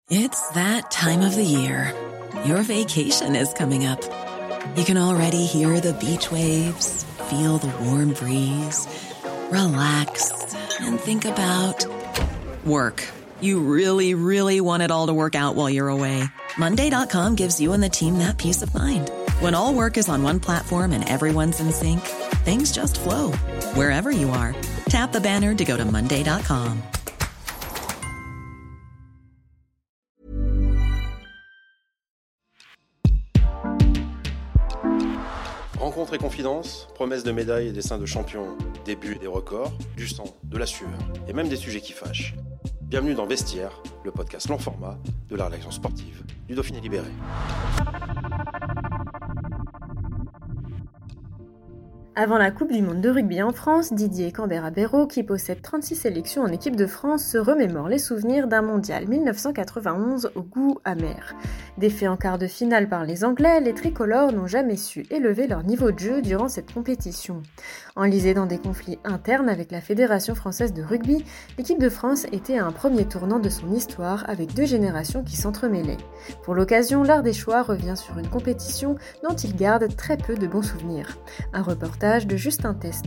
It's that time of the year. Your vacation is coming up. You can already hear the beach waves, feel the warm breeze, relax, and think about work. You really, really want it all to work out while you're away. Monday.com gives you and the team that peace of mind. When all work is on one platform and everyone's in sync, things just flow. Wherever you are, tap the banner to go to Monday.com. Rencontres et confidences, promesses de médailles et dessins de champions, des buts et des records, du sang, de la sueur et même des sujets qui fâchent. Bienvenue dans Vestiaire, le podcast long format de la rédaction sportive du Dauphiné Libéré. Avant la Coupe du Monde de rugby en France, Didier Cambera-Béraud, qui possède 36 sélections en équipe de France, se remémore les souvenirs d'un mondial 1991 au goût amer. Défaits en quart de finale par les Anglais, les tricolores n'ont jamais su élever leur niveau de jeu durant cette compétition. Enlisée dans des conflits internes avec la Fédération française de rugby, l'équipe de France était à un premier tournant de son histoire avec deux générations qui s'entremêlaient. Pour l'occasion, l'art des choix revient sur une compétition dont il garde très peu de bons souvenirs. Un reportage de Justin Test.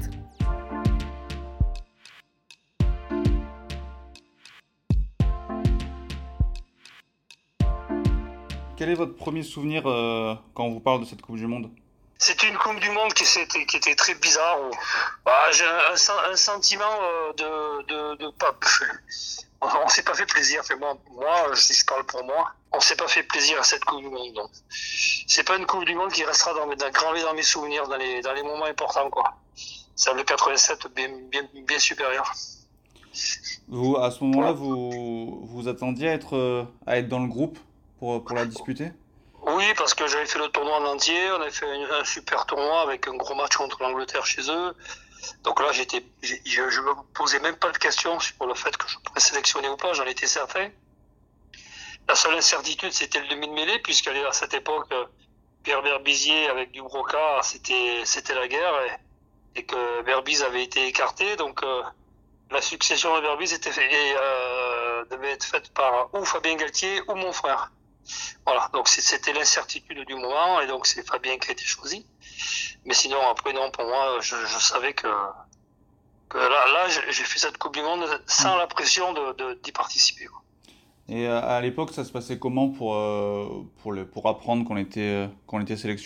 Quel est votre premier souvenir quand on vous parle de cette Coupe du Monde ? C'était une Coupe du Monde qui était très bizarre. J'ai un sentiment de pas. On s'est pas fait plaisir. Moi, je parle pour moi. On s'est pas fait plaisir à cette Coupe du Monde. Donc. C'est pas une Coupe du Monde qui restera gravée dans mes souvenirs, dans les moments importants, quoi. Celle de 87, bien supérieur. Vous, à ce moment-là, vous attendiez à être dans le groupe pour la disputer ? Oui, parce que j'avais fait le tournoi en entier. On avait fait un super tournoi avec un gros match contre l'Angleterre chez eux. Donc là, je me posais même pas de questions sur le fait que je pourrais sélectionner ou pas. J'en étais certain. La seule incertitude, c'était le demi-mêlée, puisqu'à cette époque, Pierre Berbizier avec Dubroca, c'était la guerre et que Berbiz avait été écarté. Donc la succession de Berbiz devait être faite par ou Fabien Galtier ou mon frère. Voilà, donc c'était l'incertitude du moment et donc c'est Fabien qui a été choisi. Mais sinon, après, non, pour moi, je savais que là, j'ai fait cette Coupe du Monde sans la pression d'y participer, quoi. Et à l'époque, ça se passait comment pour apprendre qu'on était sélectionné ?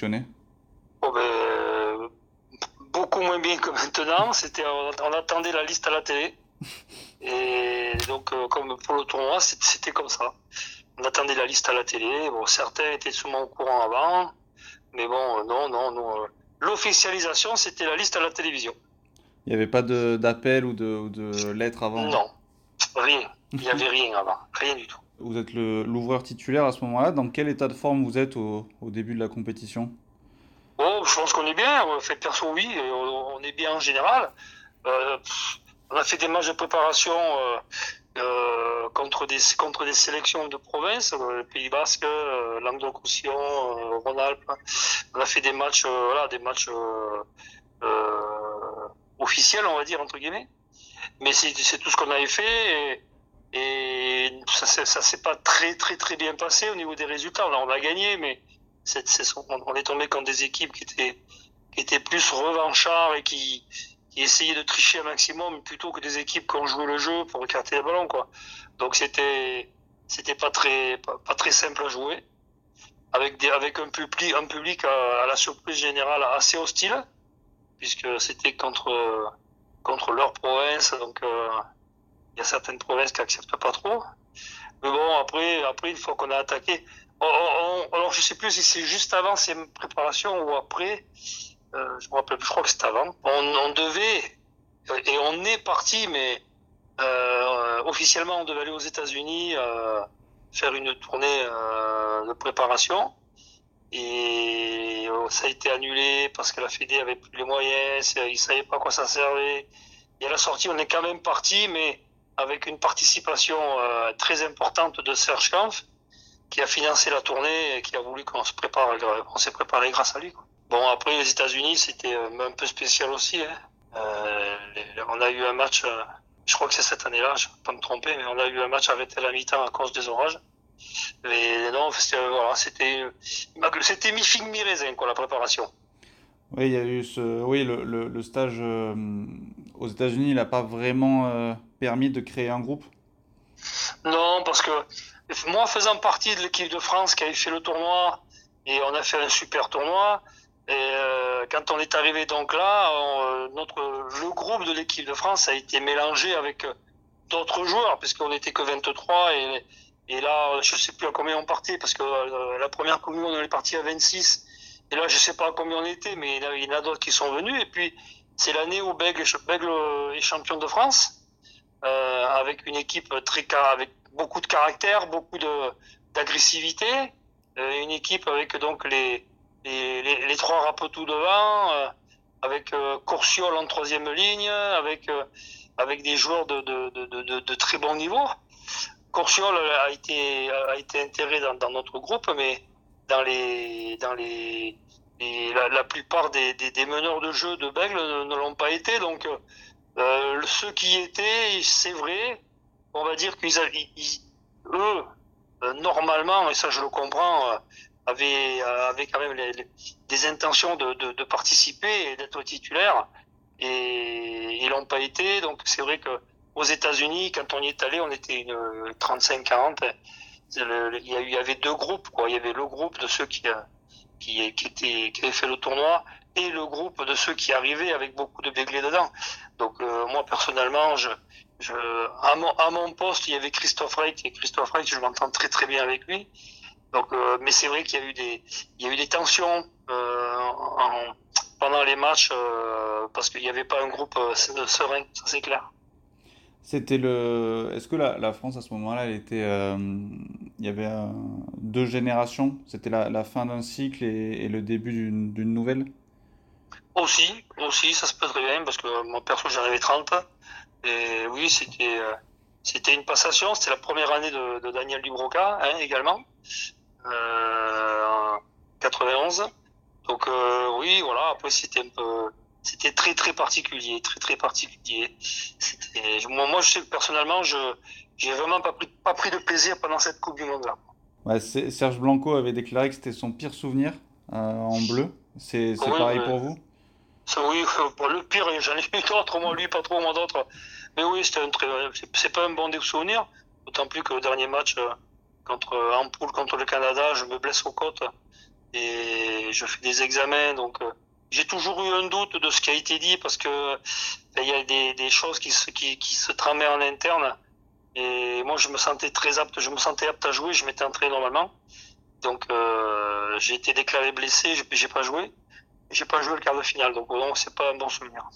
Beaucoup moins bien que maintenant. On attendait la liste à la télé. Et donc, comme pour le tournoi, c'était comme ça. On attendait la liste à la télé. Bon, certains étaient sûrement au courant avant. Mais bon, non. L'officialisation, c'était la liste à la télévision. Il n'y avait pas d'appel ou de lettre avant ? Non, rien. Il n'y avait rien avant. Rien du tout. Vous êtes l'ouvreur titulaire à ce moment-là. Dans quel état de forme vous êtes au début de la compétition ? Bon, je pense qu'on est bien. Fait perso, oui. On est bien en général. On a fait des matchs de préparation contre des sélections de province, le Pays Basque, Languedoc-Roussillon, Rhône-Alpes. On a fait des matchs, officiels, on va dire, entre guillemets. Mais c'est tout ce qu'on avait fait et ça s'est pas très très très bien passé au niveau des résultats. On a gagné, mais on est tombé contre des équipes qui étaient plus revanchards et qui essayaient de tricher un maximum plutôt que des équipes qui ont joué le jeu pour écarter les ballons, quoi. Donc c'était pas très simple à jouer avec un public à la surprise générale assez hostile, puisque c'était contre leur province, donc il y a certaines provinces qui acceptent pas trop. Mais bon, après une fois qu'on a attaqué, alors je sais plus si c'est juste avant ces préparations ou après, je me rappelle plus, je crois que c'était avant. On devait, et on est parti, mais officiellement on devait aller aux États-Unis faire une tournée de préparation. Et ça a été annulé parce que la Fédé avait plus les moyens, ils savaient pas à quoi ça servait. Et à la sortie, on est quand même parti, mais avec une participation très importante de Serge Kampf, qui a financé la tournée et qui a voulu qu'on s'est préparé grâce à lui, quoi. Bon, après les États-Unis, c'était un peu spécial aussi, hein. On a eu un match, je crois que c'est cette année-là, je ne vais pas me tromper, mais on a eu un match arrêté à la mi-temps à cause des orages. Mais non, voilà, c'était mi-figue mi-raisin, quoi, la préparation. Oui, il y a eu le stage aux États-Unis, il n'a pas vraiment permis de créer un groupe. Non, parce que moi, faisant partie de l'équipe de France qui avait fait le tournoi, et on a fait un super tournoi, et quand on est arrivé donc là, le groupe de l'équipe de France a été mélangé avec d'autres joueurs, puisqu'on n'était que 23, et là, je sais plus à combien on partait, parce que la première commune, on est parti à 26, et là, je sais pas à combien on était, mais il y en a d'autres qui sont venus, et puis c'est l'année où Bègle est champion de France, avec une équipe avec beaucoup de caractère, beaucoup d'agressivité, une équipe avec donc les trois Rapetou devant, avec Corciol en troisième ligne, avec des joueurs de très bon niveau. Corciol a été intégré dans notre groupe, mais la plupart des meneurs de jeu de Bègle ne l'ont pas été, donc ceux qui y étaient, c'est vrai, on va dire eux, normalement, et ça je le comprends, avaient quand même des intentions de participer et d'être titulaires, et ils l'ont pas été. Donc c'est vrai que aux États-Unis, quand on y est allé, on était une 35-40. Il y avait deux groupes, quoi. Il y avait le groupe de ceux qui avaient fait le tournoi, et le groupe de ceux qui arrivaient avec beaucoup de béglés dedans. Donc moi personnellement, à mon poste, il y avait Christophe Reich, et Christophe Reich, je m'entends très très bien avec lui. Donc mais c'est vrai qu'il y a eu des tensions pendant les matchs, parce qu'il n'y avait pas un groupe serein, ça c'est clair. Est-ce que la France à ce moment-là, il y avait deux générations? C'était la fin d'un cycle et le début d'une nouvelle? Aussi, ça se peut très bien, parce que moi perso j'en avais 30, et oui, c'était une passation. C'était la première année de Daniel Dubroca, également, en 91. Donc oui, voilà, après c'était très très particulier, très très particulier. Moi je sais que personnellement, j'ai vraiment pas pris de plaisir pendant cette Coupe du Monde là. Ouais, Serge Blanco avait déclaré que c'était son pire souvenir en bleu. C'est Oui, pareil pour vous? oui, le pire, j'en ai eu d'autres, moi lui pas trop, moi d'autres. Mais oui, c'est pas un bon souvenir, d'autant plus que le dernier match en poule contre le Canada, je me blesse aux côtes et je fais des examens, donc j'ai toujours eu un doute de ce qui a été dit, parce que il y a des choses qui se tramaient en interne, et moi je me sentais apte à jouer, je m'étais entraîné normalement, donc j'ai été déclaré blessé, j'ai pas joué le quart de finale, donc c'est pas un bon souvenir.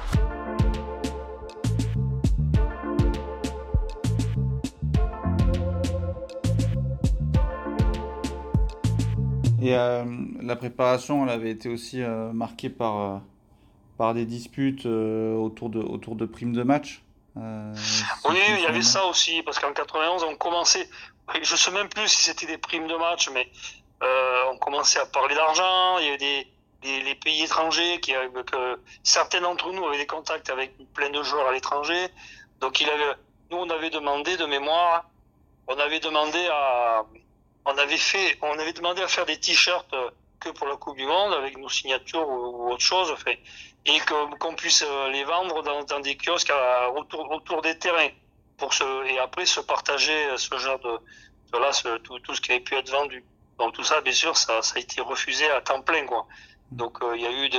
Et la préparation, elle avait été aussi marquée par des disputes autour de primes de match. Oui, il y avait ça aussi, parce qu'en 91, on commençait, je sais même plus si c'était des primes de match, mais on commençait à parler d'argent. Il y avait les pays étrangers que certains d'entre nous avaient des contacts avec plein de joueurs à l'étranger. Donc nous on avait demandé de mémoire, on avait demandé à faire des t-shirts que pour la Coupe du Monde, avec nos signatures ou autre chose, et qu'on puisse les vendre dans des kiosques autour des terrains, et après se partager ce genre tout ce qui avait pu être vendu. Donc tout ça, bien sûr, ça a été refusé à temps plein, quoi. Donc il y a eu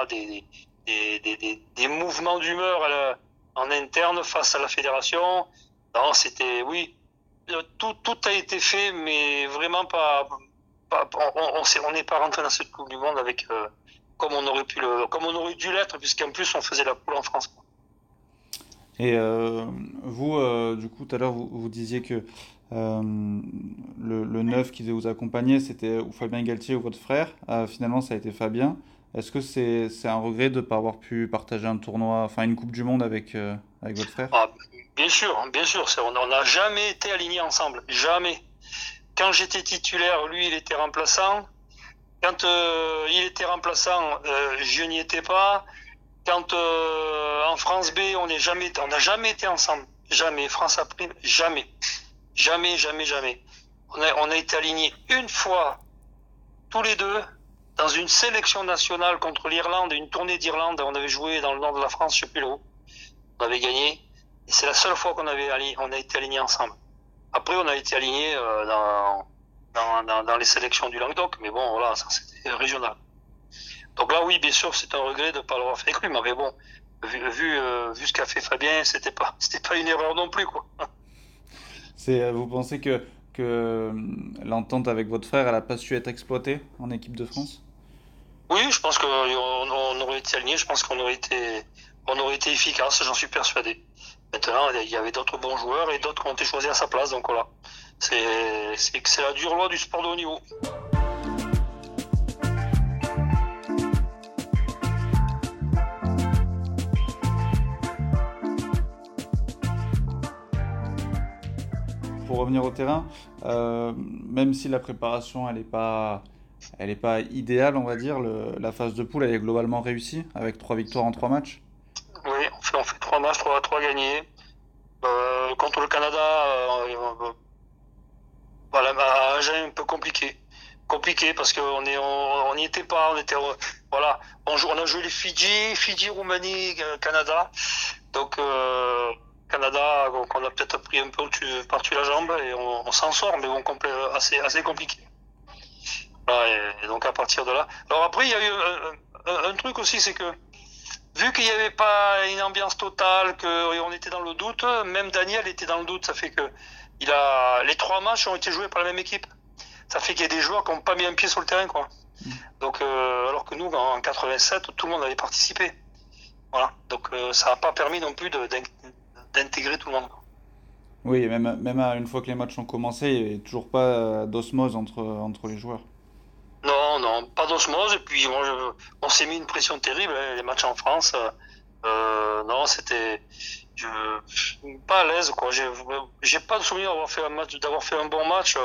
des mouvements d'humeur en interne face à la fédération. Non, oui, tout a été fait, mais vraiment pas on n'est pas rentré dans cette Coupe du Monde avec comme on aurait dû l'être, puisqu'en plus on faisait la poule en France. Et vous, du coup, tout à l'heure, vous disiez que le neuf qui devait vous accompagner, c'était ou Fabien Galtier ou votre frère. Finalement, ça a été Fabien. Est-ce que c'est un regret de ne pas avoir pu partager un tournoi, enfin une Coupe du Monde avec votre frère? Bien sûr. On n'a jamais été alignés ensemble. Jamais. Quand j'étais titulaire, lui, il était remplaçant. Quand il était remplaçant, je n'y étais pas. Quand en France B, on n'a jamais été ensemble. Jamais. France A prime, jamais. Jamais. on a été alignés une fois, tous les deux, dans une sélection nationale contre l'Irlande, une tournée d'Irlande. On avait joué dans le nord de la France, je sais plus là où. On avait gagné. Et c'est la seule fois on a été alignés ensemble. Après, on a été alignés dans les sélections du Languedoc. Mais bon, voilà, ça c'était régional. Donc là, oui, bien sûr, c'est un regret de ne pas l'avoir fait avec lui. Mais bon, vu ce qu'a fait Fabien, c'était pas une erreur non plus, quoi. Vous pensez que l'entente avec votre frère, elle n'a pas su être exploitée en équipe de France? Oui, je pense qu'on aurait été alignés. Je pense qu'on aurait été efficace. J'en suis persuadé. Maintenant, il y avait d'autres bons joueurs et d'autres qui ont été choisis à sa place. Donc voilà, c'est la dure loi du sport de haut niveau. Pour revenir au terrain, même si la préparation elle est pas idéale, on va dire, la phase de poule elle est globalement réussie avec 3 victoires en 3 matchs. Oui, on fait 3 matchs, 3 gagnés. Contre le Canada, voilà, à Agen, un peu compliqué. Compliqué parce qu'on n'y était pas, voilà, on a joué les Fidji, Roumanie, Canada. Donc, Canada, on a peut-être pris un peu par-dessus la jambe et on s'en sort, mais bon, assez compliqué. Voilà, et donc à partir de là. Alors après, il y a eu un truc aussi, c'est que vu qu'il n'y avait pas une ambiance totale, qu'on était dans le doute, même Daniel était dans le doute, ça fait que les 3 matchs ont été joués par la même équipe. Ça fait qu'il y a des joueurs qui n'ont pas mis un pied sur le terrain, quoi. Donc, alors que nous, en 87, tout le monde avait participé. Voilà. Donc, ça n'a pas permis non plus d'intégrer tout le monde. Oui, et même une fois que les matchs ont commencé, il n'y avait toujours pas d'osmose entre les joueurs. Non, pas d'osmose. Et puis, on s'est mis une pression terrible, hein, les matchs en France. Non, c'était... pas à l'aise, quoi. J'ai pas de souvenir d'avoir fait un bon match.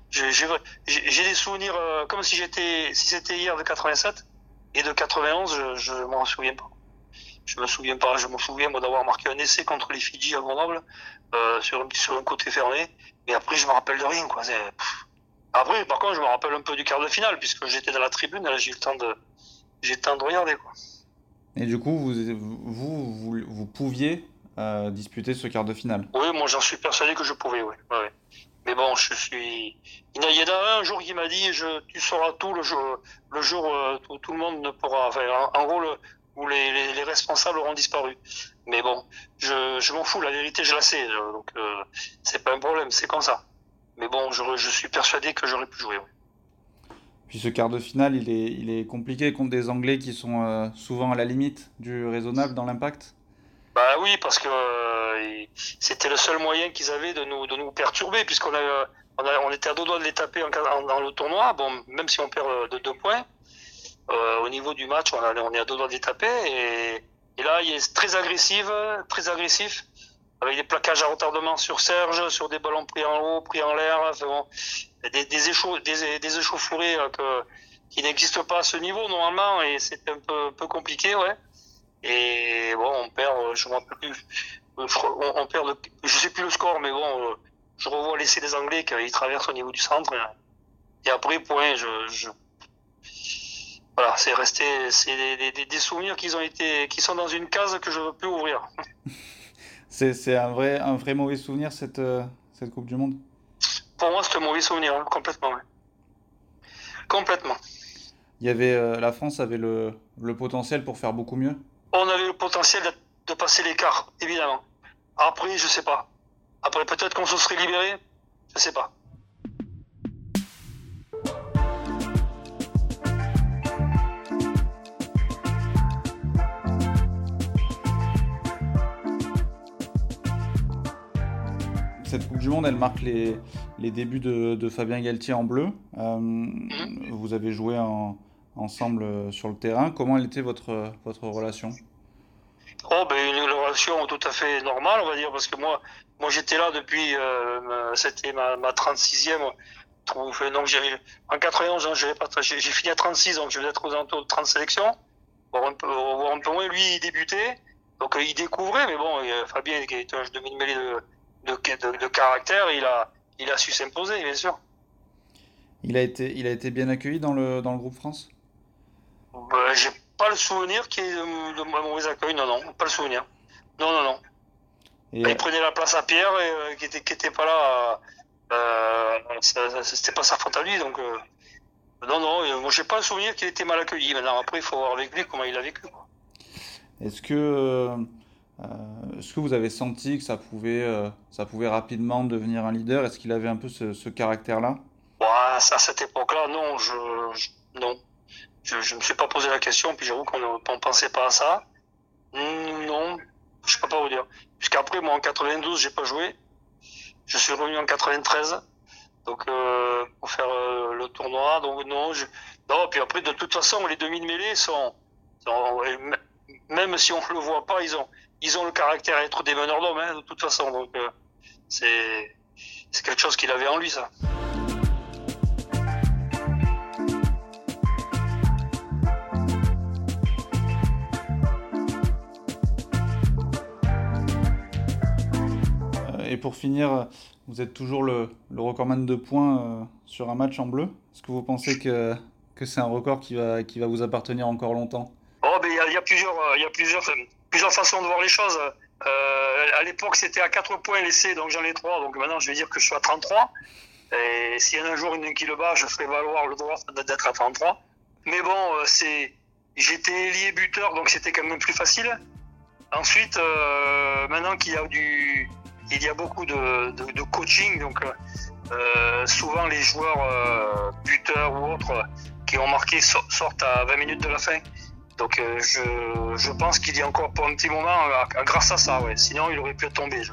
J'ai des souvenirs comme si c'était hier de 87 et de 91, je m'en souviens pas. Je me souviens moi d'avoir marqué un essai contre les Fidji à Grenoble sur un côté fermé. Mais après, je me rappelle de rien, quoi. Après, par contre, je me rappelle un peu du quart de finale puisque j'étais dans la tribune. Et là, j'ai eu le temps de regarder, quoi. Et du coup, vous pouviez disputer ce quart de finale. Oui, moi j'en suis persuadé que je pouvais, oui. Ouais. Mais bon, il y en a un jour qui m'a dit, tu sauras tout le jour où tout le monde ne pourra. Enfin, en gros, où les responsables auront disparu. Mais bon, je m'en fous, la vérité je la sais, donc c'est pas un problème, c'est comme ça. Mais bon, je suis persuadé que j'aurais pu jouer. Oui. Puis ce quart de finale, il est compliqué contre des Anglais qui sont souvent à la limite du raisonnable dans l'impact. Bah oui, parce que c'était le seul moyen qu'ils avaient de nous perturber, on était à 2 doigts de les taper dans le tournoi. Bon, même si on perd de 2 points, au niveau du match, on est à 2 doigts de les taper. Et là, il est très agressif, avec des plaquages à retardement sur Serge, sur des ballons pris en haut, pris en l'air. Enfin bon, des échauffourées qui n'existent pas à ce niveau normalement, et c'est un peu compliqué, ouais. Et bon, on perd, je me rappelle plus, on perd je sais plus le score, mais bon, je revois l'essai des Anglais qui traversent au niveau du centre. Et après, point, voilà, c'est resté, c'est des souvenirs qui sont dans une case que je veux plus ouvrir. C'est un vrai mauvais souvenir cette Coupe du Monde. Pour moi, c'est un mauvais souvenir, hein, complètement. Ouais. Complètement. La France avait le potentiel pour faire beaucoup mieux. On avait le potentiel de passer l'écart, évidemment. Après, je sais pas. Après, peut-être qu'on se serait libéré, je sais pas. Cette Coupe du Monde, elle marque les débuts de Fabien Galtier en bleu. Vous avez joué ensemble sur le terrain. Comment elle était votre relation ? Une relation tout à fait normale, on va dire, parce que moi j'étais là depuis, c'était ma 36e. Donc en 91, j'ai fini à 36, donc je devais être aux alentours de 30 sélections, voire un peu moins. Lui, il débutait, donc il découvrait, mais bon, Fabien, qui est un demi-mêlée de caractère, il a su s'imposer, bien sûr. Il a été bien accueilli dans le groupe France? J'ai pas le souvenir qu'il y ait de mauvais accueil, non, pas le souvenir. Non. Et Il prenait la place à Pierre et qui était pas là. C'était pas sa faute à lui, donc non, moi j'ai pas le souvenir qu'il était mal accueilli. Maintenant après il faut voir avec lui comment il a vécu, quoi. est-ce que, vous avez senti que ça pouvait rapidement devenir un leader? Est-ce qu'il avait un peu ce caractère-là? Ouais, ça, à cette époque-là, non, non. Je me suis pas posé la question, puis j'avoue qu'on ne pensait pas à ça. Non, je peux pas vous dire. Puisqu'après, moi, en 92, j'ai pas joué. Je suis revenu en 93, donc pour faire le tournoi. Donc non, non. Puis après, de toute façon, les demi-mêlées même si on le voit pas, ils ont le caractère à être des meneurs d'hommes, hein, de toute façon. Donc c'est quelque chose qu'il avait en lui, ça. Et pour finir, vous êtes toujours le recordman de points sur un match en bleu. Est-ce que vous pensez que c'est un record qui va vous appartenir encore longtemps? Oh, ben il y a plusieurs façons de voir les choses. À l'époque, c'était à 4 points laissés, donc j'en ai 3. Donc maintenant, je vais dire que je suis à 33. Et s'il y en a un jour une qui le bat, je ferai valoir le droit d'être à 33. Mais bon, j'étais ailier buteur, donc c'était quand même plus facile. Ensuite, maintenant qu'il y a beaucoup de coaching, donc souvent les joueurs buteurs ou autres qui ont marqué sortent à 20 minutes de la fin. Donc je pense qu'il y a encore pour un petit moment grâce à ça, ouais. Sinon il aurait pu tomber.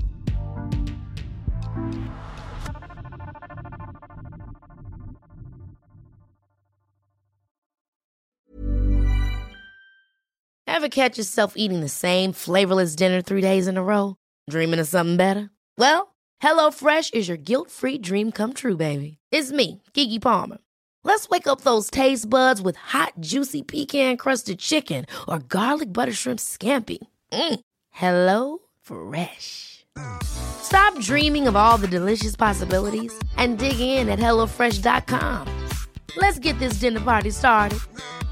Ever catch yourself eating the same flavorless dinner 3 days in a row? Dreaming of something better? Well, HelloFresh is your guilt-free dream come true, baby. It's me, Keke Palmer. Let's wake up those taste buds with hot, juicy pecan-crusted chicken or garlic butter shrimp scampi. Hello Fresh. Stop dreaming of all the delicious possibilities and dig in at HelloFresh.com. Let's get this dinner party started.